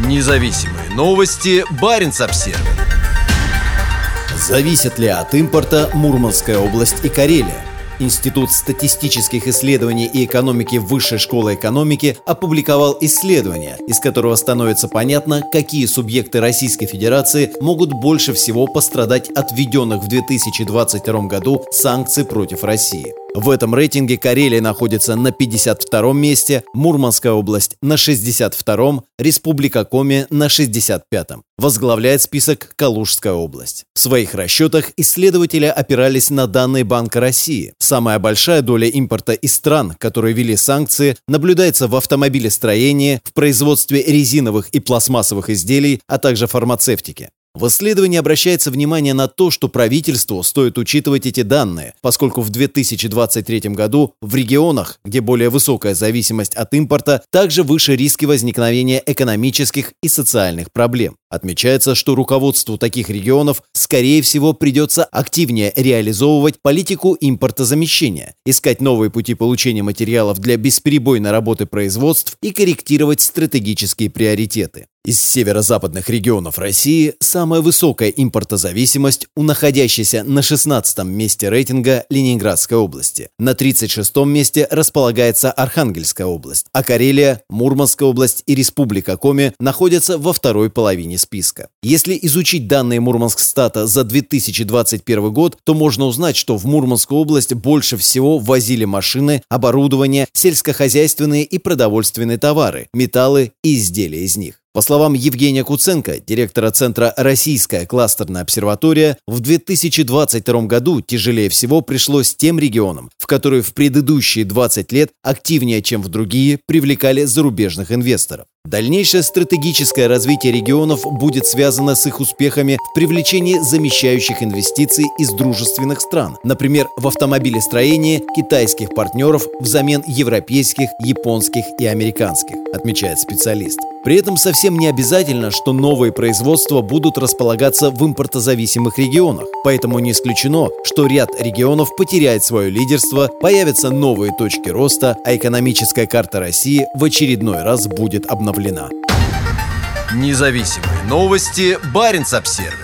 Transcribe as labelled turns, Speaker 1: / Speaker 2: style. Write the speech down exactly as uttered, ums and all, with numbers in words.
Speaker 1: Независимые новости. Баренц-Обсервис.
Speaker 2: Зависит ли от импорта Мурманская область и Карелия? Институт статистических исследований и экономики Высшей школы экономики опубликовал исследование, из которого становится понятно, какие субъекты Российской Федерации могут больше всего пострадать от введенных в две тысячи двадцать втором году санкций против России. В этом рейтинге Карелия находится на пятьдесят втором месте, Мурманская область на шестьдесят втором, Республика Коми на шестьдесят пятом. Возглавляет список Калужская область. В своих расчетах исследователи опирались на данные Банка России. Самая большая доля импорта из стран, которые ввели санкции, наблюдается в автомобилестроении, в производстве резиновых и пластмассовых изделий, а также фармацевтике. В исследовании обращается внимание на то, что правительству стоит учитывать эти данные, поскольку в две тысячи двадцать третьем году в регионах, где более высокая зависимость от импорта, также выше риски возникновения экономических и социальных проблем. Отмечается, что руководству таких регионов, скорее всего, придется активнее реализовывать политику импортозамещения, искать новые пути получения материалов для бесперебойной работы производств и корректировать стратегические приоритеты. Из северо-западных регионов России самая высокая импортозависимость у находящейся на шестнадцатом месте рейтинга Ленинградской области. На тридцать шестом месте располагается Архангельская область, а Карелия, Мурманская область и Республика Коми находятся во второй половине списка. Если изучить данные Мурманскстата за две тысячи двадцать первый год, то можно узнать, что в Мурманскую область больше всего ввозили машины, оборудование, сельскохозяйственные и продовольственные товары, металлы и изделия из них. По словам Евгения Куценко, директора Центра «Российская кластерная обсерватория», в две тысячи двадцать втором году тяжелее всего пришлось тем регионам, в которые в предыдущие двадцать лет активнее, чем в другие, привлекали зарубежных инвесторов. Дальнейшее стратегическое развитие регионов будет связано с их успехами в привлечении замещающих инвестиций из дружественных стран, например, в автомобилестроении китайских партнеров взамен европейских, японских и американских, отмечает специалист. При этом совсем не обязательно, что новые производства будут располагаться в импортозависимых регионах, поэтому не исключено, что ряд регионов потеряет свое лидерство, появятся новые точки роста, а экономическая карта России в очередной раз будет обновлена.
Speaker 1: Независимые новости. Баренц-Обсервис.